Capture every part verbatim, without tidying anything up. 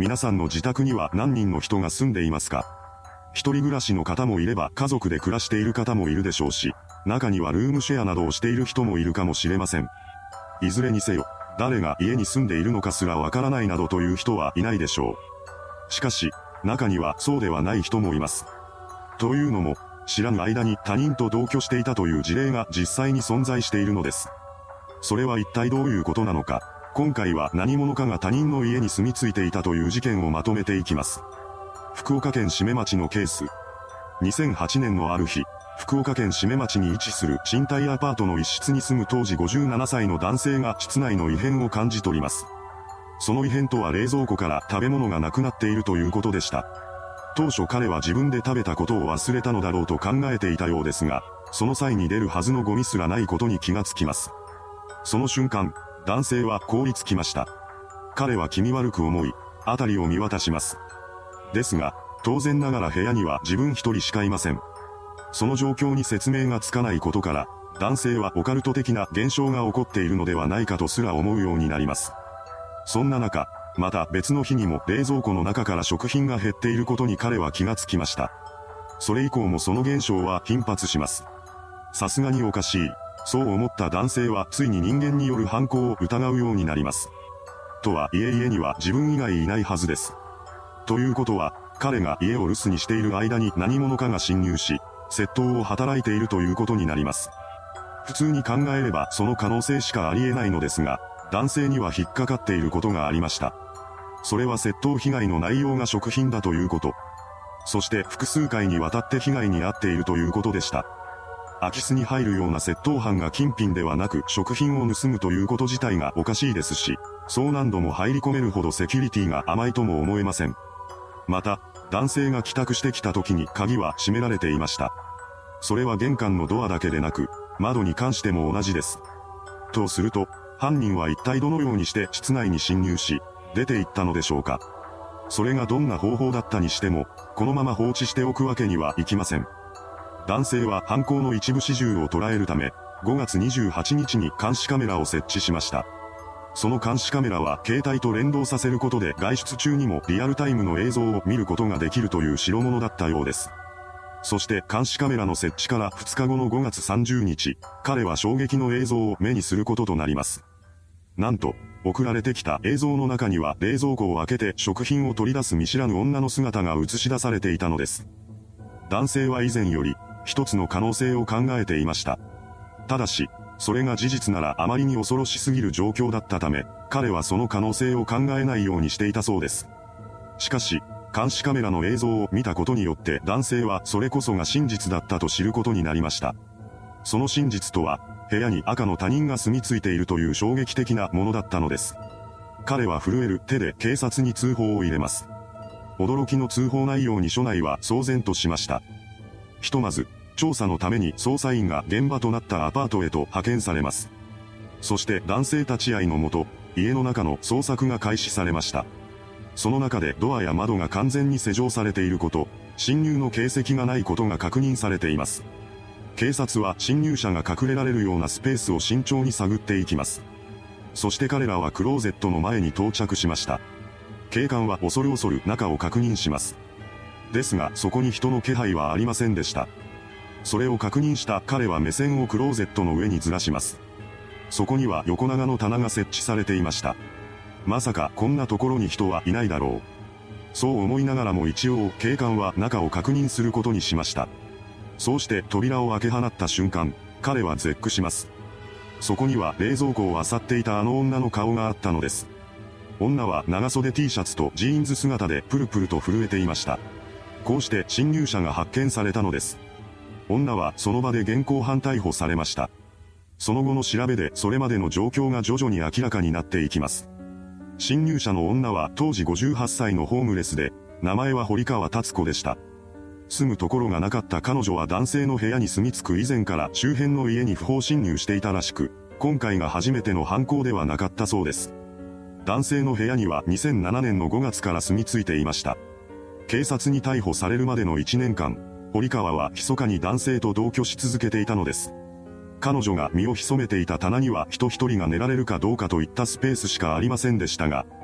皆さんの自宅には何人の人が住んでいますか？一人暮らしの方もいれば家族で暮らしている方もいるでしょうし、中にはルームシェアなどをしている人もいるかもしれません。いずれにせよ、誰が家に住んでいるのかすらわからないなどという人はいないでしょう。しかし、中にはそうではない人もいます。というのも、知らぬ間に他人と同居していたという事例が実際に存在しているのです。それは一体どういうことなのか、今回は何者かが他人の家に住み着いていたという事件をまとめていきます。福岡県志免町のケース。にせんはちねんのある日、福岡県志免町に位置する賃貸アパートの一室に住む当時ごじゅうななさいの男性が室内の異変を感じ取ります。その異変とは冷蔵庫から食べ物がなくなっているということでした。当初彼は自分で食べたことを忘れたのだろうと考えていたようですが、その際に出るはずのゴミすらないことに気がつきます。その瞬間、男性は凍りつきました。彼は気味悪く思い、辺りを見渡します。ですが、当然ながら部屋には自分一人しかいません。その状況に説明がつかないことから、男性はオカルト的な現象が起こっているのではないかとすら思うようになります。そんな中、また別の日にも冷蔵庫の中から食品が減っていることに彼は気がつきました。それ以降もその現象は頻発します。さすがにおかしい。そう思った男性はついに人間による犯行を疑うようになります。とはいえ家には自分以外いないはずです。ということは、彼が家を留守にしている間に何者かが侵入し、窃盗を働いているということになります。普通に考えればその可能性しかありえないのですが、男性には引っかかっていることがありました。それは窃盗被害の内容が食品だということ。そして複数回にわたって被害に遭っているということでした。空き巣に入るような窃盗犯が金品ではなく食品を盗むということ自体がおかしいですし、そう何度も入り込めるほどセキュリティが甘いとも思えません。また、男性が帰宅してきた時に鍵は閉められていました。それは玄関のドアだけでなく、窓に関しても同じです。とすると、犯人は一体どのようにして室内に侵入し、出て行ったのでしょうか。それがどんな方法だったにしても、このまま放置しておくわけにはいきません。男性は犯行の一部始終を捉えるため、ごがつにじゅうはちにちに監視カメラを設置しました。その監視カメラは携帯と連動させることで外出中にもリアルタイムの映像を見ることができるという代物だったようです。そして監視カメラの設置からふつかごのごがつさんじゅうにち、彼は衝撃の映像を目にすることとなります。なんと、送られてきた映像の中には冷蔵庫を開けて食品を取り出す見知らぬ女の姿が映し出されていたのです。男性は以前より、一つの可能性を考えていました。ただし、それが事実ならあまりに恐ろしすぎる状況だったため、彼はその可能性を考えないようにしていたそうです。しかし、監視カメラの映像を見たことによって男性はそれこそが真実だったと知ることになりました。その真実とは、部屋に赤の他人が住み着いているという衝撃的なものだったのです。彼は震える手で警察に通報を入れます。驚きの通報内容に署内は騒然としました。ひとまず、調査のために捜査員が現場となったアパートへと派遣されます。そして男性立ち会いのもと、家の中の捜索が開始されました。その中でドアや窓が完全に施錠されていること、侵入の形跡がないことが確認されています。警察は侵入者が隠れられるようなスペースを慎重に探っていきます。そして彼らはクローゼットの前に到着しました。警官は恐る恐る中を確認します。ですがそこに人の気配はありませんでした。それを確認した彼は目線をクローゼットの上にずらします。そこには横長の棚が設置されていました。まさかこんなところに人はいないだろう。そう思いながらも一応警官は中を確認することにしました。そうして扉を開け放った瞬間、彼は絶句します。そこには冷蔵庫を漁っていたあの女の顔があったのです。女は長袖 T シャツとジーンズ姿でプルプルと震えていました。こうして侵入者が発見されたのです。女はその場で現行犯逮捕されました。その後の調べでそれまでの状況が徐々に明らかになっていきます。侵入者の女は当時ごじゅうはっさいのホームレスで、名前は堀川達子でした。住むところがなかった彼女は男性の部屋に住み着く以前から周辺の家に不法侵入していたらしく、今回が初めての犯行ではなかったそうです。男性の部屋にはにせんななねんのごがつから住み着いていました。警察に逮捕されるまでのいちねんかん、堀川は密かに男性と同居し続けていたのです。彼女が身を潜めていた棚には人一人が寝られるかどうかといったスペースしかありませんでしたが、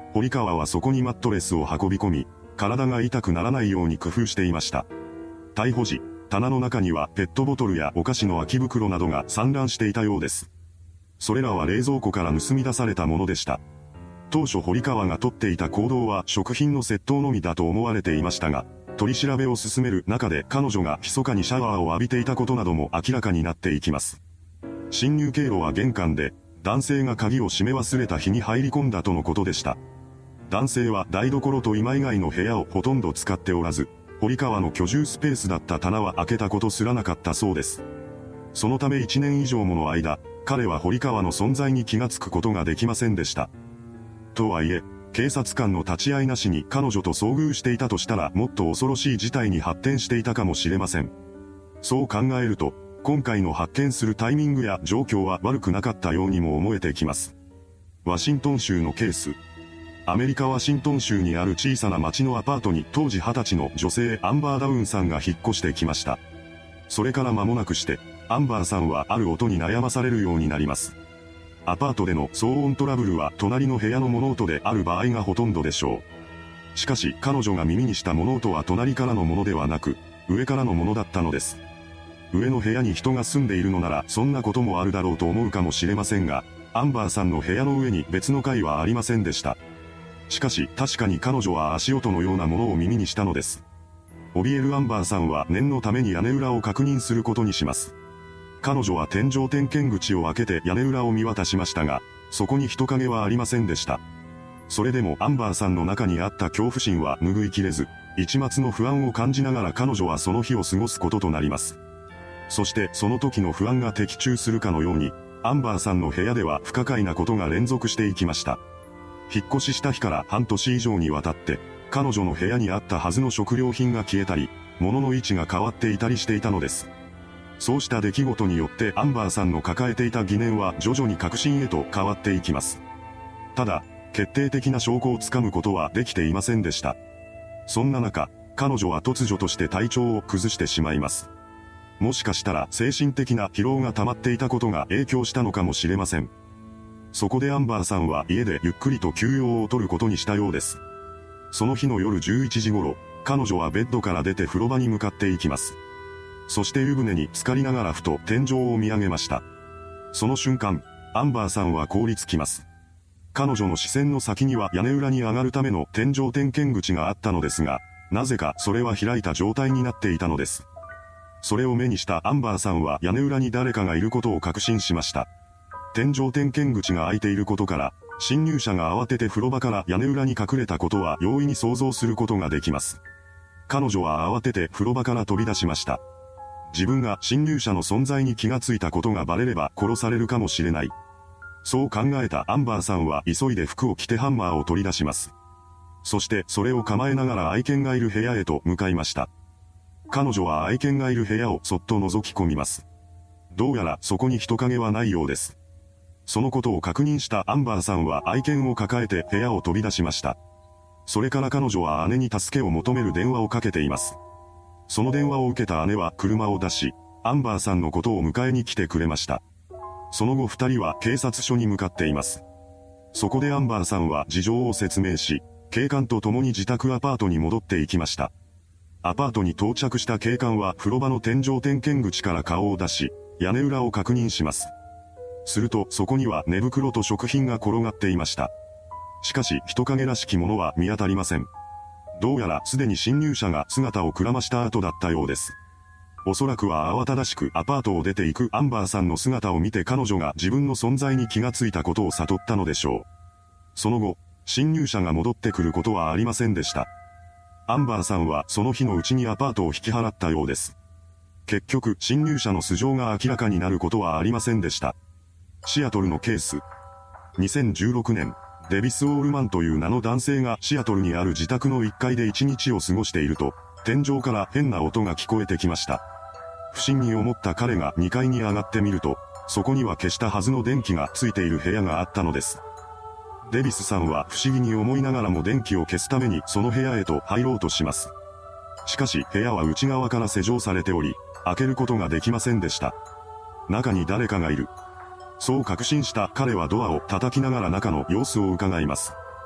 堀川はそこにマットレスを運び込み、体が痛くならないように工夫していました。逮捕時、棚の中にはペットボトルやお菓子の空き袋などが散乱していたようです。それらは冷蔵庫から盗み出されたものでした。当初堀川が取っていた行動は食品の窃盗のみだと思われていましたが、取り調べを進める中で彼女が密かにシャワーを浴びていたことなども明らかになっていきます。侵入経路は玄関で、男性が鍵を閉め忘れた日に入り込んだとのことでした。男性は台所と居間以外の部屋をほとんど使っておらず、堀川の居住スペースだった棚は開けたことすらなかったそうです。そのためいちねん以上もの間、彼は堀川の存在に気がつくことができませんでした。とはいえ、警察官の立ち会いなしに彼女と遭遇していたとしたらもっと恐ろしい事態に発展していたかもしれません。そう考えると、今回の発見するタイミングや状況は悪くなかったようにも思えてきます。ワシントン州のケース。アメリカ・ワシントン州にある小さな町のアパートに当時はたちの女性アンバー・ダウンさんが引っ越してきました。それから間もなくして、アンバーさんはある音に悩まされるようになります。アパートでの騒音トラブルは隣の部屋の物音である場合がほとんどでしょう。しかし彼女が耳にした物音は隣からのものではなく、上からのものだったのです。上の部屋に人が住んでいるのならそんなこともあるだろうと思うかもしれませんが、アンバーさんの部屋の上に別の階はありませんでした。しかし確かに彼女は足音のようなものを耳にしたのです。怯えるアンバーさんは念のために屋根裏を確認することにします。彼女は天井点検口を開けて屋根裏を見渡しましたが、そこに人影はありませんでした。それでもアンバーさんの中にあった恐怖心は拭いきれず、一抹の不安を感じながら彼女はその日を過ごすこととなります。そしてその時の不安が的中するかのように、アンバーさんの部屋では不可解なことが連続していきました。引っ越しした日から半年以上にわたって、彼女の部屋にあったはずの食料品が消えたり、物の位置が変わっていたりしていたのです。そうした出来事によってアンバーさんの抱えていた疑念は徐々に確信へと変わっていきます。ただ、決定的な証拠をつかむことはできていませんでした。そんな中、彼女は突如として体調を崩してしまいます。もしかしたら精神的な疲労が溜まっていたことが影響したのかもしれません。そこでアンバーさんは家でゆっくりと休養を取ることにしたようです。その日の夜じゅういちじ頃、彼女はベッドから出て風呂場に向かっていきます。そして湯船に浸かりながらふと天井を見上げました。その瞬間、アンバーさんは凍りつきます。彼女の視線の先には屋根裏に上がるための天井点検口があったのですが、なぜかそれは開いた状態になっていたのです。それを目にしたアンバーさんは屋根裏に誰かがいることを確信しました。天井点検口が開いていることから、侵入者が慌てて風呂場から屋根裏に隠れたことは容易に想像することができます。彼女は慌てて風呂場から飛び出しました。自分が侵入者の存在に気がついたことがバレれば殺されるかもしれない。そう考えたアンバーさんは急いで服を着てハンマーを取り出します。そしてそれを構えながら愛犬がいる部屋へと向かいました。彼女は愛犬がいる部屋をそっと覗き込みます。どうやらそこに人影はないようです。そのことを確認したアンバーさんは愛犬を抱えて部屋を飛び出しました。それから彼女は姉に助けを求める電話をかけています。その電話を受けた姉は車を出し、アンバーさんのことを迎えに来てくれました。その後二人は警察署に向かっています。そこでアンバーさんは事情を説明し、警官と共に自宅アパートに戻っていきました。アパートに到着した警官は風呂場の天井点検口から顔を出し、屋根裏を確認します。するとそこには寝袋と食品が転がっていました。しかし人影らしきものは見当たりません。どうやらすでに侵入者が姿をくらました後だったようです。おそらくは慌ただしくアパートを出ていくアンバーさんの姿を見て彼女が自分の存在に気がついたことを悟ったのでしょう。その後、侵入者が戻ってくることはありませんでした。アンバーさんはその日のうちにアパートを引き払ったようです。結局、侵入者の素性が明らかになることはありませんでした。シアトルのケース。にせんじゅうろくねん、デビス・オールマンという名の男性がシアトルにある自宅のいっかいで一日を過ごしていると、天井から変な音が聞こえてきました。不審に思った彼がにかいに上がってみると、そこには消したはずの電気がついている部屋があったのです。デビスさんは不思議に思いながらも電気を消すためにその部屋へと入ろうとします。しかし部屋は内側から施錠されており、開けることができませんでした。中に誰かがいる。そう確信した彼はドアを叩きながら中の様子を伺います。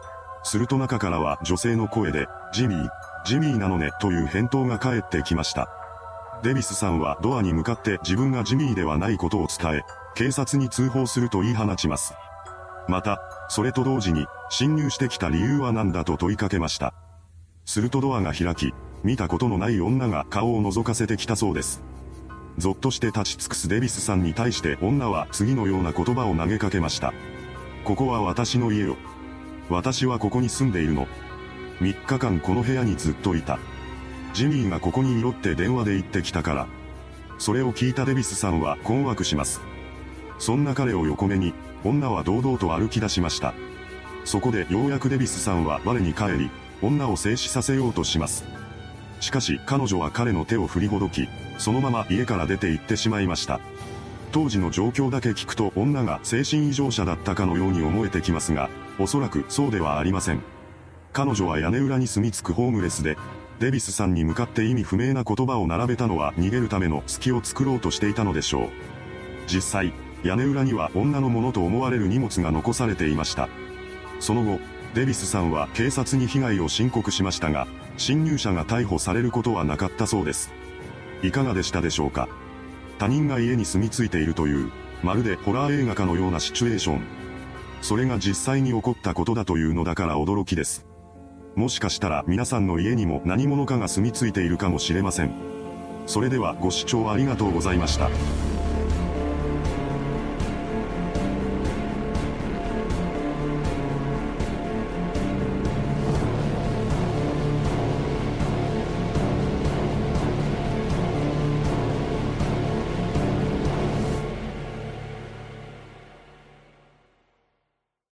すると中からは女性の声で、ジミー、ジミーなのね、という返答が返ってきました。デビスさんはドアに向かって自分がジミーではないことを伝え、警察に通報すると言い放ちます。また、それと同時に、侵入してきた理由は何だと問いかけました。するとドアが開き、見たことのない女が顔を覗かせてきたそうです。ゾッとして立ち尽くすデビスさんに対して女は次のような言葉を投げかけました。ここは私の家よ。私はここに住んでいるの。みっかかんこの部屋にずっといた。ジミーがここにいろって電話で言ってきたから。それを聞いたデビスさんは困惑します。そんな彼を横目に、女は堂々と歩き出しました。そこでようやくデビスさんは我に返り、女を静止させようとします。しかし彼女は彼の手を振りほどき、そのまま家から出て行ってしまいました。当時の状況だけ聞くと女が精神異常者だったかのように思えてきますが、おそらくそうではありません。彼女は屋根裏に住み着くホームレスで、デビスさんに向かって意味不明な言葉を並べたのは逃げるための隙を作ろうとしていたのでしょう。実際、屋根裏には女のものと思われる荷物が残されていました。その後、デビスさんは警察に被害を申告しましたが、侵入者が逮捕されることはなかったそうです。いかがでしたでしょうか。他人が家に住み着いているという、まるでホラー映画かのようなシチュエーション。それが実際に起こったことだというのだから驚きです。もしかしたら皆さんの家にも何者かが住み着いているかもしれません。それではご視聴ありがとうございました。